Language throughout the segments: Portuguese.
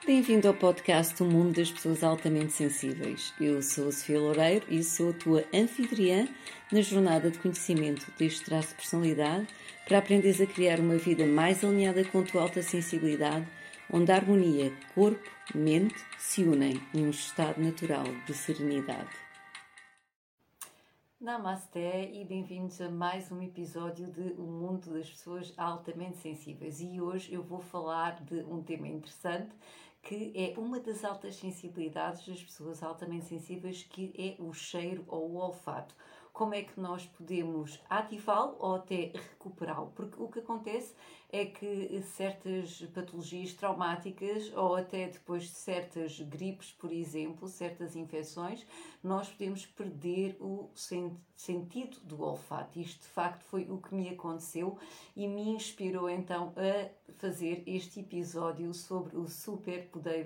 Bem-vindo ao podcast O Mundo das Pessoas Altamente Sensíveis. Eu sou a Sofia Loureiro e sou a tua anfitriã na jornada de conhecimento deste traço de personalidade para aprenderes a criar uma vida mais alinhada com a tua alta sensibilidade, onde a harmonia corpo-mente se unem num estado natural de serenidade. Namasté e bem-vindos a mais um episódio de O Mundo das Pessoas Altamente Sensíveis. E hoje eu vou falar de um tema interessante que é uma das altas sensibilidades das pessoas altamente sensíveis, que é o cheiro ou o olfato. Como é que nós podemos ativá-lo ou até recuperá-lo? Porque o que acontece é que certas patologias traumáticas ou até depois de certas gripes, por exemplo, certas infecções, nós podemos perder o sentido do olfato. Isto de facto foi o que me aconteceu e me inspirou então a fazer este episódio sobre o superpoder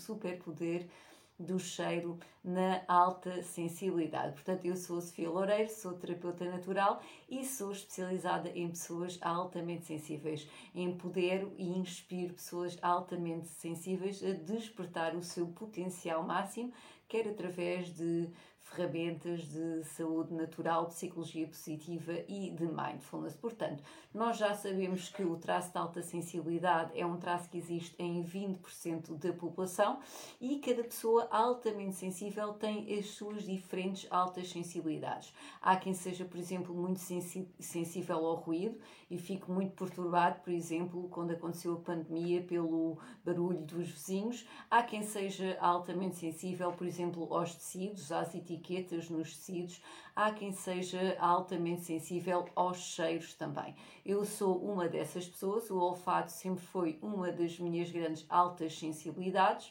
do cheiro na alta sensibilidade. Portanto, eu sou a Sofia Loureiro, sou terapeuta natural e sou especializada em pessoas altamente sensíveis. Empodero e inspiro pessoas altamente sensíveis a despertar o seu potencial máximo, quer através de ferramentas de saúde natural, psicologia positiva e de mindfulness. Portanto, nós já sabemos que o traço de alta sensibilidade é um traço que existe em 20% da população e cada pessoa altamente sensível tem as suas diferentes altas sensibilidades. Há quem seja, por exemplo, muito sensível ao ruído e fique muito perturbado, por exemplo, quando aconteceu a pandemia, pelo barulho dos vizinhos. Há quem seja altamente sensível, por exemplo, aos tecidos, às etiquetas nos tecidos. Há quem seja altamente sensível aos cheiros também. Eu sou uma dessas pessoas, o olfato sempre foi uma das minhas grandes altas sensibilidades.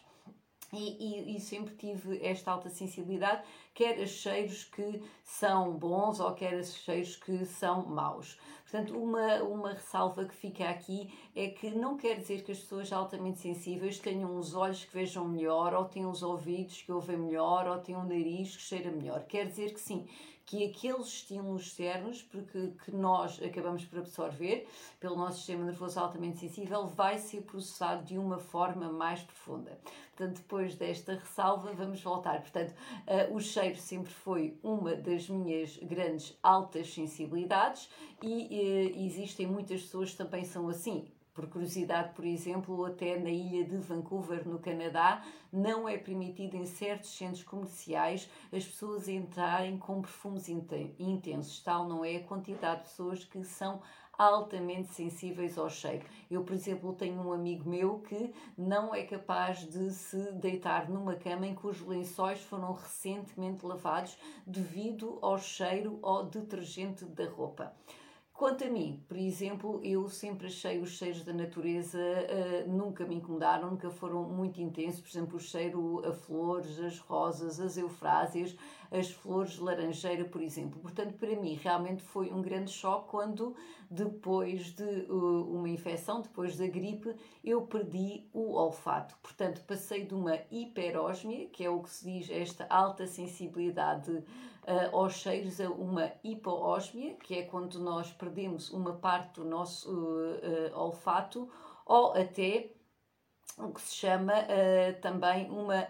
E sempre tive esta alta sensibilidade, quer a cheiros que são bons ou quer a cheiros que são maus. Portanto, uma ressalva que fica aqui é que não quer dizer que as pessoas altamente sensíveis tenham os olhos que vejam melhor, ou tenham os ouvidos que ouvem melhor, ou tenham um nariz que cheira melhor. Quer dizer que sim, que aqueles estímulos externos que nós acabamos por absorver pelo nosso sistema nervoso altamente sensível vai ser processado de uma forma mais profunda. Portanto, depois desta ressalva, vamos voltar. Portanto, o cheiro sempre foi uma das minhas grandes altas sensibilidades e existem muitas pessoas que também são assim. Por curiosidade, por exemplo, até na ilha de Vancouver, no Canadá, não é permitido em certos centros comerciais as pessoas entrarem com perfumes intensos. Tal não é a quantidade de pessoas que são altamente sensíveis ao cheiro. Eu, por exemplo, tenho um amigo meu que não é capaz de se deitar numa cama em cujos lençóis foram recentemente lavados devido ao cheiro ou detergente da roupa. Quanto a mim, por exemplo, eu sempre achei os cheiros da natureza nunca me incomodaram, nunca foram muito intensos. Por exemplo, o cheiro a flores, as rosas, as eufrásias, as flores de laranjeira, por exemplo. Portanto, para mim, realmente foi um grande choque quando, depois de uma infecção, depois da gripe, eu perdi o olfato. Portanto, passei de uma hiperósmia, que é o que se diz esta alta sensibilidade aos cheiros, a uma hipoósmia, que é quando nós perdemos uma parte do nosso olfato, ou até o que se chama também uma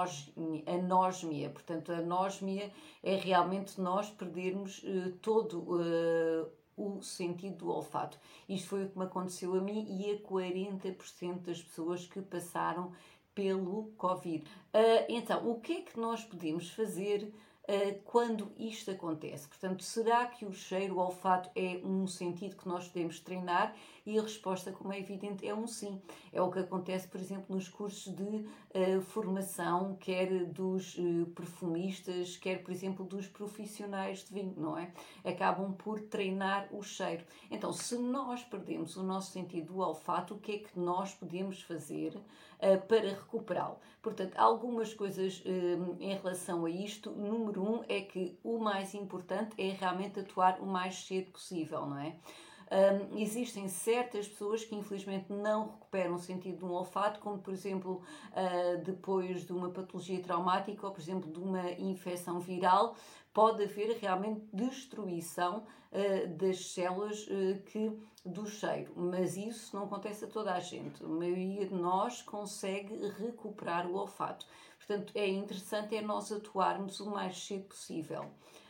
anósmia. Portanto, a anósmia é realmente nós perdermos todo o sentido do olfato. Isto foi o que me aconteceu a mim e a 40% das pessoas que passaram pelo Covid. Então, o que é que nós podemos fazer quando isto acontece? Portanto, será que o cheiro, o olfato é um sentido que nós podemos treinar? E a resposta, como é evidente, é um sim. É o que acontece, por exemplo, nos cursos de formação, quer dos perfumistas, quer, por exemplo, dos profissionais de vinho, não é? Acabam por treinar o cheiro. Então, se nós perdemos o nosso sentido do olfato, o que é que nós podemos fazer para recuperá-lo? Portanto, algumas coisas em relação a isto. Número 1 é que o mais importante é realmente atuar o mais cedo possível, não é? Existem certas pessoas que infelizmente não recuperam o sentido de um olfato, como por exemplo depois de uma patologia traumática ou por exemplo de uma infecção viral, pode haver realmente destruição das células do cheiro, mas isso não acontece a toda a gente. A maioria de nós consegue recuperar o olfato. Portanto, é interessante nós atuarmos o mais cedo possível.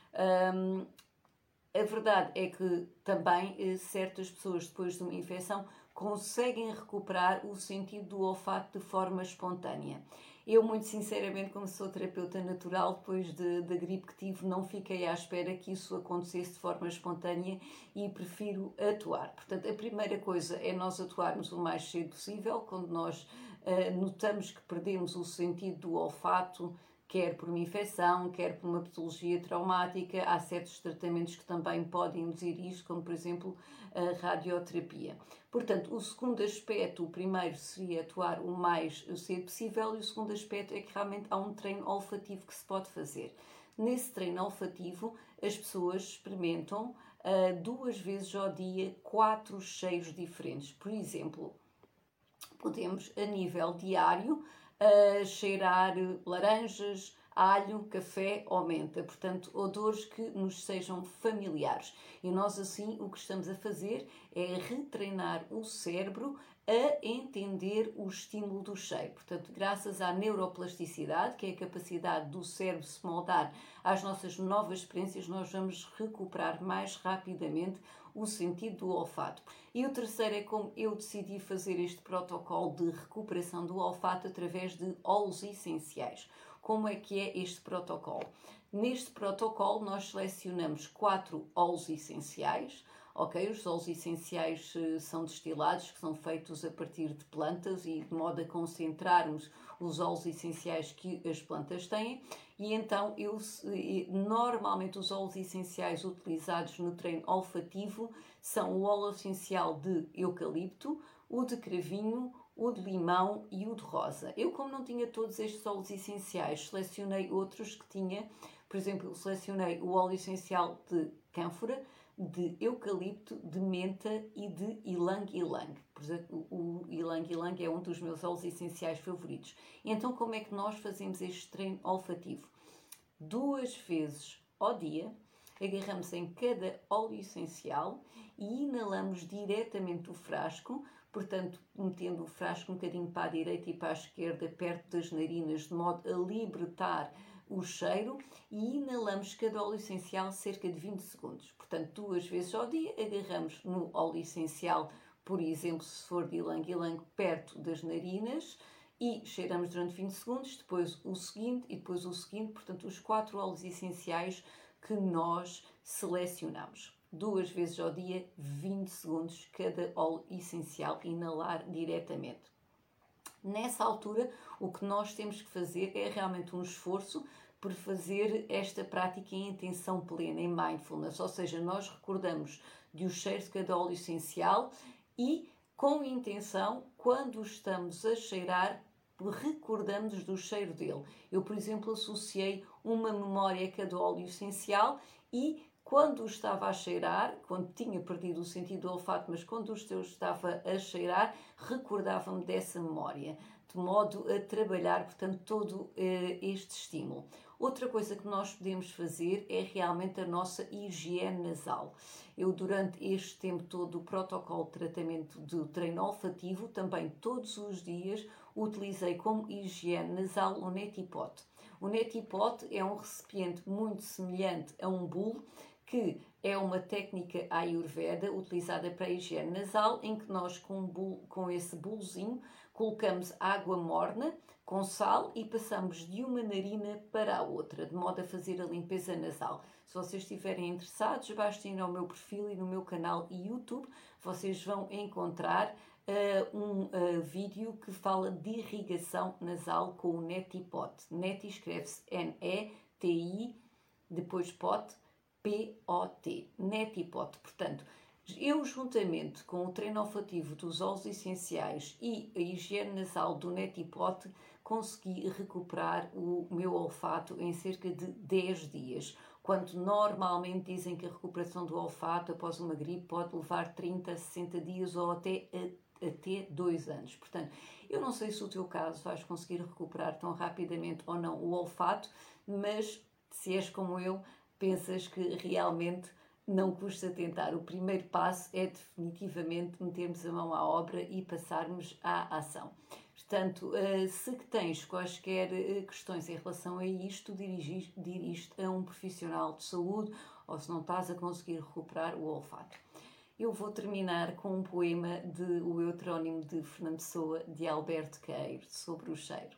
A verdade é que também certas pessoas, depois de uma infecção, conseguem recuperar o sentido do olfato de forma espontânea. Eu, muito sinceramente, como sou terapeuta natural, depois da gripe que tive, não fiquei à espera que isso acontecesse de forma espontânea e prefiro atuar. Portanto, a primeira coisa é nós atuarmos o mais cedo possível, quando nós notamos que perdemos o sentido do olfato, quer por uma infecção, quer por uma patologia traumática. Há certos tratamentos que também podem induzir isto, como por exemplo a radioterapia. Portanto, o segundo aspecto, o primeiro seria atuar o mais cedo possível, e o segundo aspecto é que realmente há um treino olfativo que se pode fazer. Nesse treino olfativo, as pessoas experimentam 2 vezes ao dia 4 cheiros diferentes. Por exemplo, podemos a nível diário cheirar laranjas, alho, café ou menta, portanto, odores que nos sejam familiares. E nós assim o que estamos a fazer é retreinar o cérebro a entender o estímulo do cheiro. Portanto, graças à neuroplasticidade, que é a capacidade do cérebro se moldar às nossas novas experiências, nós vamos recuperar mais rapidamente o sentido do olfato. E o terceiro é como eu decidi fazer este protocolo de recuperação do olfato através de óleos essenciais. Como é que é este protocolo? Neste protocolo nós selecionamos 4 óleos essenciais. Ok, os óleos essenciais são destilados, que são feitos a partir de plantas e de modo a concentrarmos os óleos essenciais que as plantas têm. E então, normalmente os óleos essenciais utilizados no treino olfativo são o óleo essencial de eucalipto, o de cravinho, o de limão e o de rosa. Eu, como não tinha todos estes óleos essenciais, selecionei outros que tinha. Por exemplo, selecionei o óleo essencial de cânfora, de eucalipto, de menta e de ylang-ylang. Por exemplo, o ylang-ylang é um dos meus óleos essenciais favoritos. Então, como é que nós fazemos este treino olfativo? 2 vezes ao dia, agarramos em cada óleo essencial e inalamos diretamente do frasco, portanto, metendo o frasco um bocadinho para a direita e para a esquerda, perto das narinas, de modo a libertar o cheiro, e inalamos cada óleo essencial cerca de 20 segundos. Portanto, 2 vezes ao dia, agarramos no óleo essencial, por exemplo, se for de ylang-ylang, perto das narinas, e cheiramos durante 20 segundos, depois o seguinte e depois o seguinte, portanto, os 4 óleos essenciais que nós selecionamos. 2 vezes ao dia, 20 segundos, cada óleo essencial, inalar diretamente. Nessa altura, o que nós temos que fazer é realmente um esforço por fazer esta prática em intenção plena, em mindfulness, ou seja, nós recordamos de o cheiro de cada óleo essencial e, com intenção, quando estamos a cheirar, recordamos do cheiro dele. Eu, por exemplo, associei uma memória a cada óleo essencial e, quando o estava a cheirar, quando tinha perdido o sentido do olfato, mas quando o estava a cheirar, recordava-me dessa memória, de modo a trabalhar, portanto, todo este estímulo. Outra coisa que nós podemos fazer é realmente a nossa higiene nasal. Eu, durante este tempo todo do protocolo de tratamento do treino olfativo, também todos os dias utilizei como higiene nasal o neti pot. O neti pot é um recipiente muito semelhante a um bule, que é uma técnica ayurveda utilizada para a higiene nasal, em que nós com esse bulezinho colocamos água morna com sal e passamos de uma narina para a outra, de modo a fazer a limpeza nasal. Se vocês estiverem interessados, basta ir ao meu perfil e no meu canal YouTube, vocês vão encontrar um vídeo que fala de irrigação nasal com o neti pot. Neti escreve-se N-E-T-I, depois pot, P-O-T, neti pot. Portanto, eu, juntamente com o treino olfativo dos óleos essenciais e a higiene nasal do neti pot, consegui recuperar o meu olfato em cerca de 10 dias. quando normalmente dizem que a recuperação do olfato após uma gripe pode levar 30 a 60 dias ou até 2 anos. Portanto, eu não sei se o teu caso vais conseguir recuperar tão rapidamente ou não o olfato, mas se és como eu, pensas que realmente não custa tentar. O primeiro passo é definitivamente metermos a mão à obra e passarmos à ação. Portanto, se tens quaisquer questões em relação a isto, dirige-te a um profissional de saúde ou se não estás a conseguir recuperar o olfato. Eu vou terminar com um poema de O Heterónimo de Fernando Pessoa, de Alberto Queiro, sobre o cheiro.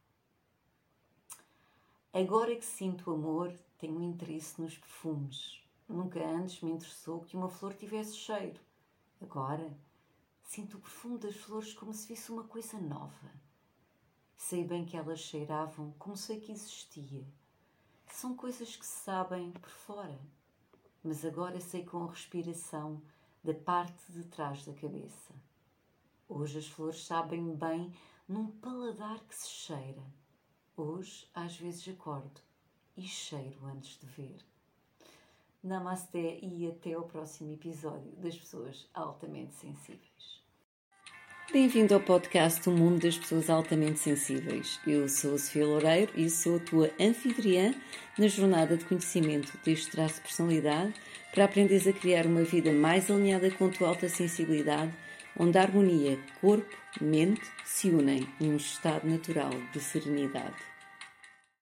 Agora que sinto amor, tenho interesse nos perfumes. Nunca antes me interessou que uma flor tivesse cheiro. Agora, sinto o perfume das flores como se visse uma coisa nova. Sei bem que elas cheiravam como sei que existia. São coisas que se sabem por fora. Mas agora sei com a respiração da parte de trás da cabeça. Hoje as flores sabem bem num paladar que se cheira. Hoje, às vezes, acordo e cheiro antes de ver. Namasté e até ao próximo episódio das Pessoas Altamente Sensíveis. Bem-vindo ao podcast O Mundo das Pessoas Altamente Sensíveis. Eu sou a Sofia Loureiro e sou a tua anfitriã na jornada de conhecimento deste traço de personalidade para aprenderes a criar uma vida mais alinhada com a tua alta sensibilidade, onde a harmonia corpo-mente se unem num estado natural de serenidade.